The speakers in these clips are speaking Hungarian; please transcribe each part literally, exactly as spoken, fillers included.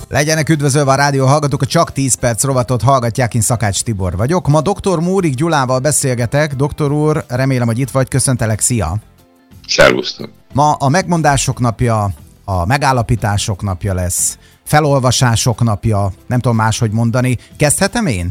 Legyenek üdvözölve a rádió hallgatók, a Csak tíz perc rovatot hallgatják, én Szakács Tibor vagyok. Ma doktor Mórik Gyulával beszélgetek. Doktor úr, remélem, hogy itt vagy, köszöntelek, szia! Szervusztok! Ma a megmondások napja, a megállapítások napja lesz, felolvasások napja, nem tudom máshogy mondani. Kezdhetem én?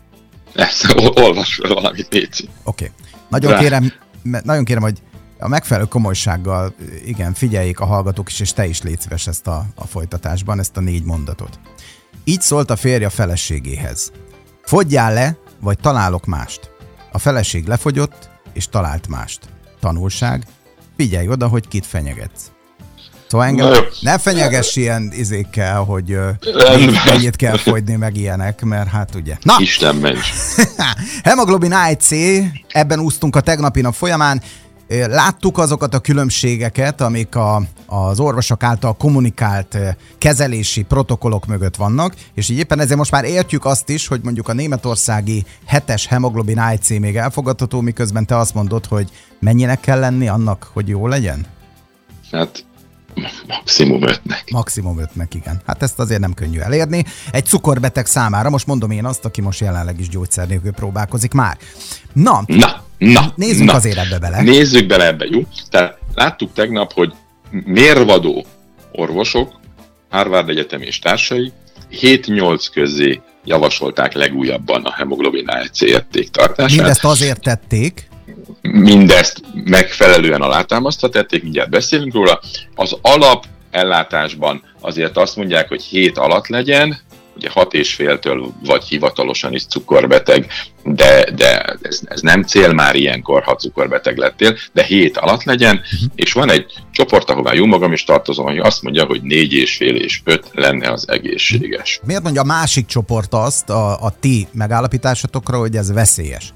Ezt olvas fel valamit, Léci. Oké. Okay. Nagyon kérem, nagyon kérem, hogy a megfelelő komolysággal, igen, figyeljék a hallgatók is, és te is légy szíves ezt a, a folytatásban, ezt a négy mondatot. Így szólt a férj a feleségéhez. Fogyjál le, vagy találok mást. A feleség lefogyott, és talált mást. Tanulság, figyelj oda, hogy kit fenyegetsz. Szóval engem ne fenyegess ilyen izékkel, hogy uh, mennyit kell fogyni, meg ilyenek, mert hát ugye. Na! Isten ments! Hemoglobin á egy cé, ebben úsztunk a tegnapi nap folyamán. Láttuk azokat a különbségeket, amik a, az orvosok által kommunikált kezelési protokollok mögött vannak, és így éppen ezért most már értjük azt is, hogy mondjuk a németországi hetes hemoglobin á egy cé még elfogadható, miközben te azt mondod, hogy mennyinek kell lenni annak, hogy jó legyen? Hát maximum ötnek. Maximum ötnek, igen. Hát ezt azért nem könnyű elérni. Egy cukorbeteg számára, most mondom én azt, aki most jelenleg is gyógyszer nélkül próbálkozik már. Na, na, na nézzük na. azért ebbe bele. Nézzük bele ebbe, jó? Tehát láttuk tegnap, hogy mérvadó orvosok, Harvard Egyetem és társai hét-nyolc közé javasolták legújabban a hemoglobin á egy cé értéktartását. Mindezt azért tették, Mindezt megfelelően alátámasztva tették, mindjárt beszélünk róla. Az alapellátásban azért azt mondják, hogy hét alatt legyen, ugye hat és féltől vagy hivatalosan is cukorbeteg, de, de ez, ez nem cél már ilyenkor, ha cukorbeteg lettél, de hét alatt legyen, uh-huh. és van egy csoport, ahová jó magam is tartozom, hogy azt mondja, hogy négy és fél és öt lenne az egészséges. Miért mondja a másik csoport azt a, a ti megállapításatokra, hogy ez veszélyes?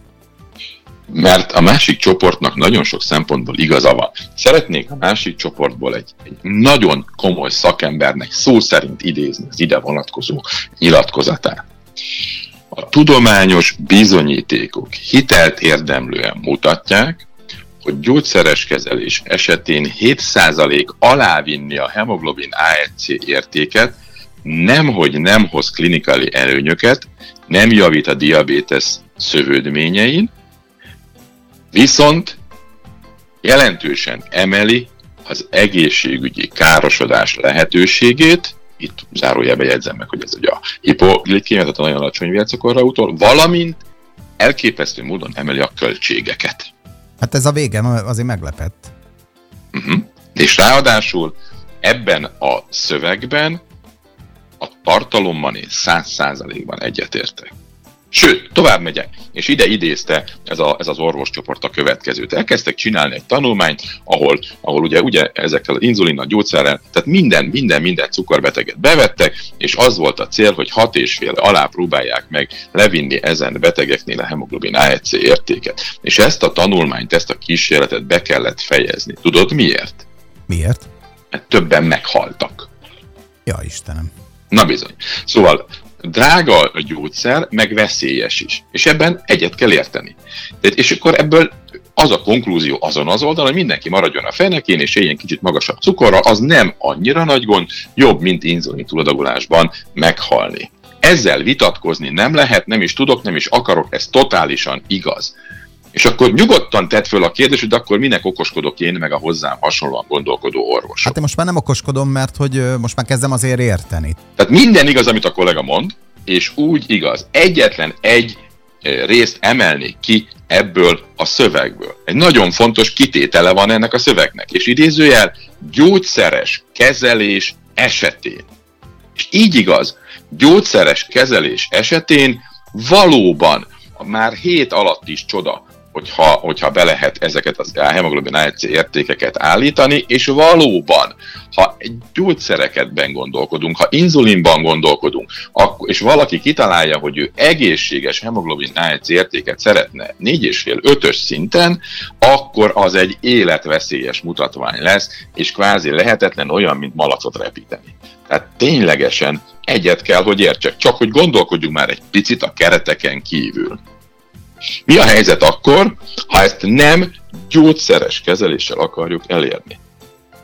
Mert a másik csoportnak nagyon sok szempontból igaza van. Szeretnék a másik csoportból egy, egy nagyon komoly szakembernek szó szerint idézni az ide vonatkozó nyilatkozatát. A tudományos bizonyítékok hitelt érdemlően mutatják, hogy gyógyszeres kezelés esetén hét százalék alá vinni a hemoglobin á egy cé értéket, nemhogy nem hoz klinikai előnyöket, nem javít a diabétesz szövődményein, viszont jelentősen emeli az egészségügyi károsodás lehetőségét, itt zárójelbe jegyzem meg, hogy ez ugye a hipoglikémia, tehát a nagyon alacsony vércukorra utol, valamint elképesztő módon emeli a költségeket. Hát ez a végem azért meglepett. Uh-huh. És ráadásul ebben a szövegben a tartalommal én száz százalékban egyetértek. Sőt, tovább megyek, és ide idézte ez, a, ez az orvoscsoport a következőt. Elkezdtek csinálni egy tanulmányt, ahol, ahol ugye, ugye ezekkel az inzulinnal, gyógyszerrel, tehát minden, minden, minden cukorbeteget bevettek, és az volt a cél, hogy hat és fél alá próbálják meg levinni ezen betegeknél a hemoglobin á egy cé értéket. És ezt a tanulmányt, ezt a kísérletet be kellett fejezni. Tudod miért? Miért? Mert többen meghaltak. Ja, Istenem. Na bizony. Szóval drága a gyógyszer, meg veszélyes is. És ebben egyet kell érteni. Tehát, és akkor ebből az a konklúzió azon az oldalon, hogy mindenki maradjon a fenekén, és éljen kicsit magasabb cukorral, az nem annyira nagy gond, jobb, mint inzulin túladagolásban meghalni. Ezzel vitatkozni nem lehet, nem is tudok, nem is akarok, ez totálisan igaz. És akkor nyugodtan tedd föl a kérdést, hogy akkor minek okoskodok én, meg a hozzám hasonlóan gondolkodó orvosok. Hát én most már nem okoskodom, mert hogy most már kezdem azért érteni. Tehát minden igaz, amit a kollega mond, és úgy igaz. Egyetlen egy részt emelnék ki ebből a szövegből. Egy nagyon fontos kitétele van ennek a szövegnek, és idézőjel gyógyszeres kezelés esetén. És így igaz, gyógyszeres kezelés esetén valóban már hét alatt is csoda, hogyha, hogyha be lehet ezeket az hemoglobin á egy cé értékeket állítani, és valóban, ha gyógyszereketben gondolkodunk, ha inzulinban gondolkodunk, akkor, és valaki kitalálja, hogy ő egészséges hemoglobin á egy cé értéket szeretne négy és fél ötös szinten, akkor az egy életveszélyes mutatvány lesz, és kvázi lehetetlen, olyan, mint malacot repíteni. Tehát ténylegesen egyet kell, hogy értsek, csak hogy gondolkodjunk már egy picit a kereteken kívül. Mi a helyzet akkor, ha ezt nem gyógyszeres kezeléssel akarjuk elérni?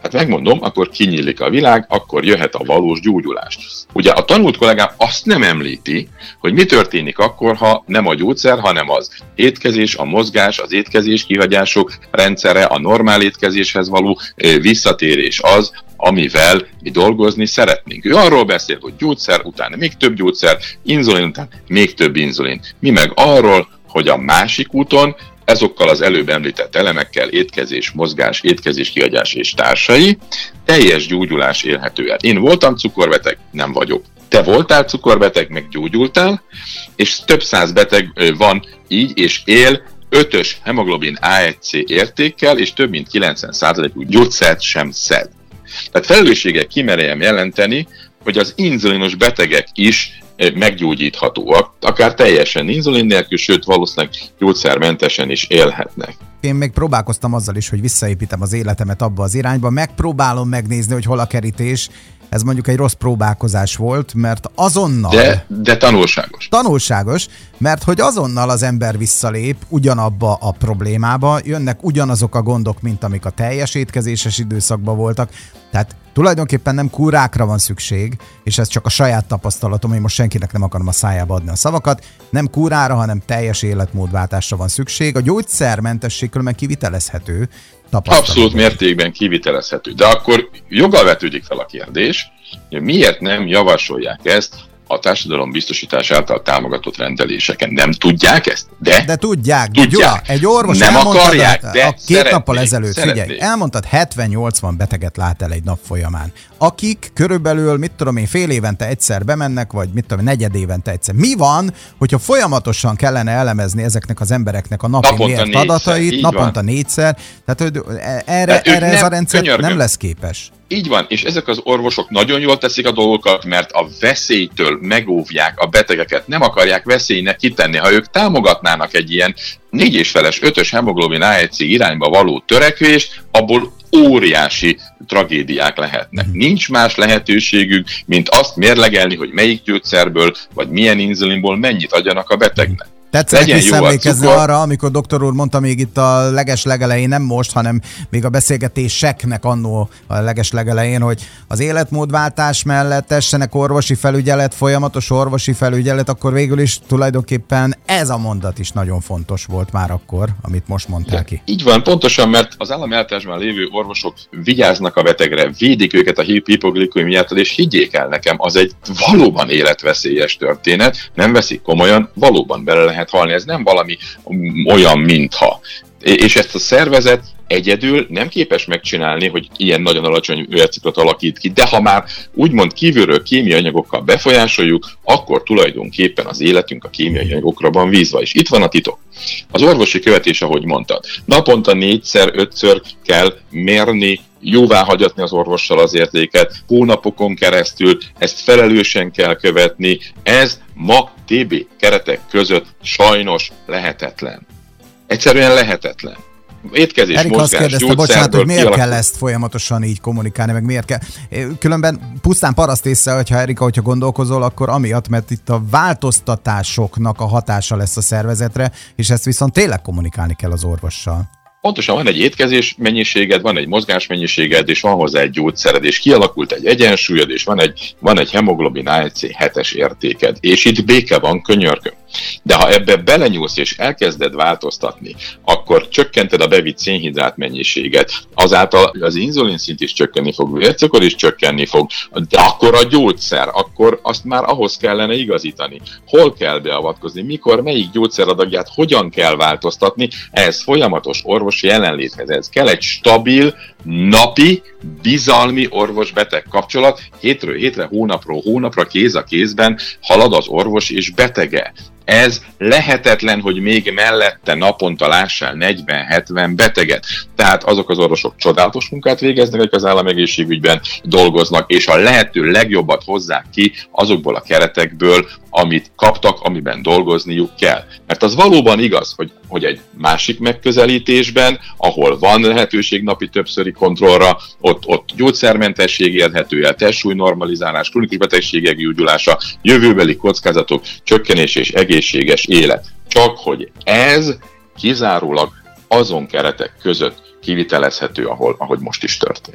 Hát megmondom, akkor kinyílik a világ, akkor jöhet a valós gyógyulás. Ugye a tanult kollégám azt nem említi, hogy mi történik akkor, ha nem a gyógyszer, hanem az étkezés, a mozgás, az étkezés kihagyások rendszere, a normál étkezéshez való visszatérés az, amivel mi dolgozni szeretnénk. Ő arról beszél, hogy gyógyszer után még több gyógyszer, inzulin után még több inzulin. Mi meg arról, hogy a másik úton ezokkal az előbb említett elemekkel, étkezés, mozgás, étkezés, kihagyás és társai, teljes gyógyulás érhető el. Én voltam cukorbeteg, nem vagyok. Te voltál cukorbeteg, meg gyógyultál, és több száz beteg van így, és él ötös hemoglobin á egy cé értékkel, és több mint kilencven százalékú gyógyszert sem szed. Tehát felelősséggel kimerjem jelenteni, hogy az inzulinos betegek is meggyógyíthatóak, akár teljesen inzulin nélkül, sőt valószínűleg gyógyszermentesen is élhetnek. Én még próbálkoztam azzal is, hogy visszaépítem az életemet abba az irányba, megpróbálom megnézni, hogy hol a kerítés. Ez mondjuk egy rossz próbálkozás volt, mert azonnal... De, de tanulságos. Tanulságos, mert hogy azonnal az ember visszalép ugyanabba a problémába, jönnek ugyanazok a gondok, mint amik a teljes étkezéses időszakban voltak. Tehát tulajdonképpen nem kúrákra van szükség, és ez csak a saját tapasztalatom, én most senkinek nem akarom a szájába adni a szavakat, nem kúrára, hanem teljes életmódváltásra van szükség. A gyógyszermentesség különben kivitelezhető. Abszolút mértékben kivitelezhető. De akkor joggal vetődik fel a kérdés, hogy miért nem javasolják ezt a társadalombiztosítás által támogatott rendeléseken. Nem tudják ezt? De, de tudják. tudják. Gyula, egy orvos nem akarják, a, de a két szeretnék, nappal ezelőtt, szeretnék. figyelj, elmondtad, hetven-nyolcvan beteget lát el egy nap folyamán, akik körülbelül, mit tudom én, fél évente egyszer bemennek, vagy mit tudom én, negyed évente egyszer. Mi van, hogyha folyamatosan kellene elemezni ezeknek az embereknek a napi naponta mért négyszer, adatait, naponta van. négyszer, tehát hogy erre, erre ez a rendszer könyörgöm. nem lesz képes. Így van, és ezek az orvosok nagyon jól teszik a dolgokat, mert a veszélytől megóvják a betegeket, nem akarják veszélynek kitenni. Ha ők támogatnának egy ilyen négy és feles, ötös hemoglobin á egy cé irányba való törekvést, abból óriási tragédiák lehetnek. Nincs más lehetőségük, mint azt mérlegelni, hogy melyik gyógyszerből, vagy milyen inzulinból mennyit adjanak a betegnek. Tetszett visszaemlékezni arra, amikor doktor úr mondta még itt a leges legelején, nem most, hanem még a beszélgetéseknek annó a leges legelején, hogy az életmódváltás mellett tessenek orvosi felügyelet, folyamatos orvosi felügyelet, akkor végül is tulajdonképpen ez a mondat is nagyon fontos volt már akkor, amit most mondtál ki. Így van, pontosan, mert az államellátásban lévő orvosok vigyáznak a betegre, védik őket a hipoglikémiától, és higgyék el nekem, az egy valóban életveszélyes történet, nem veszik komolyan, valóban bele lehet halni. Ez nem valami olyan, mintha. És ezt a szervezet egyedül nem képes megcsinálni, hogy ilyen nagyon alacsony vércukrot alakít ki, de ha már úgymond kívülről kémiai anyagokkal befolyásoljuk, akkor tulajdonképpen az életünk a kémiai anyagokra van vízva. És itt van a titok. Az orvosi követés, ahogy mondtad, naponta négyszer, ötször kell mérni, jóvá hagyatni az orvossal az értéket, hónapokon keresztül, ezt felelősen kell követni, ez ma té bé keretek között sajnos lehetetlen. Egyszerűen lehetetlen. Étkezés, Erik mozgás, azt kérdezte, bocsánat, hogy miért kialakul... kell ezt folyamatosan így kommunikálni, meg miért kell. Különben pusztán paraszt észre, hogyha Erika, hogyha gondolkozol, akkor amiatt, mert itt a változtatásoknak a hatása lesz a szervezetre, és ezt viszont tényleg kommunikálni kell az orvossal. Pontosan van egy étkezés mennyiséged, van egy mozgás mennyiséged, és van hozzá egy gyógyszered, és kialakult egy egyensúlyod, és van egy, van egy hemoglobin á egy cé hetes értéked, és itt béke van, könyörgöm. De ha ebbe belenyúlsz és elkezded változtatni, akkor csökkented a bevitt szénhidrát mennyiséget, azáltal az inzulin szint is csökkenni fog, vércukor is csökkenni fog, de akkor a gyógyszer, akkor azt már ahhoz kellene igazítani. Hol kell beavatkozni, mikor, melyik gyógyszeradagját, hogyan kell változtatni, ez folyamatos orvosi jelenléthez, ez kell egy stabil, napi, bizalmi orvos-beteg kapcsolat, hétről hétre, hónapról hónapra, kéz a kézben halad az orvos és betege. Ez lehetetlen, hogy még mellette naponta lássál negyven-hetven beteget. Tehát azok az orvosok csodálatos munkát végeznek, akik az államegészségügyben dolgoznak, és a lehető legjobbat hozzák ki azokból a keretekből, amit kaptak, amiben dolgozniuk kell. Mert az valóban igaz, hogy, hogy egy másik megközelítésben, ahol van lehetőség napi többszöri kontrollra, ott, ott gyógyszermentesség érhető el, testsúly normalizálás, krónikus betegségek gyógyulása, jövőbeli kockázatok csökkenés és egészséges élet. Csak hogy ez kizárólag azon keretek között kivitelezhető, ahol, ahogy most is történik.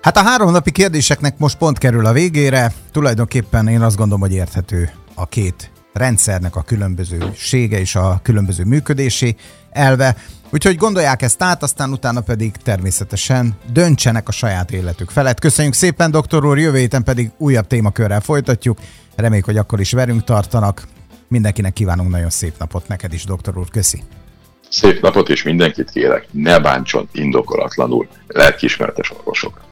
Hát a három napi kérdéseknek most pont kerül a végére. Tulajdonképpen én azt gondolom, hogy érthető a két rendszernek a különbözősége és a különböző működési elve. Úgyhogy gondolják ezt át, aztán utána pedig természetesen döntsenek a saját életük felett. Köszönjük szépen, doktor úr, jövő héten pedig újabb témakörrel folytatjuk. Reméljük, hogy akkor is velünk tartanak. Mindenkinek kívánunk nagyon szép napot, neked is, doktor úr, köszi. Szép napot, és mindenkit kérek, ne bántson indokolatlanul lelkiismeretes orvosokat.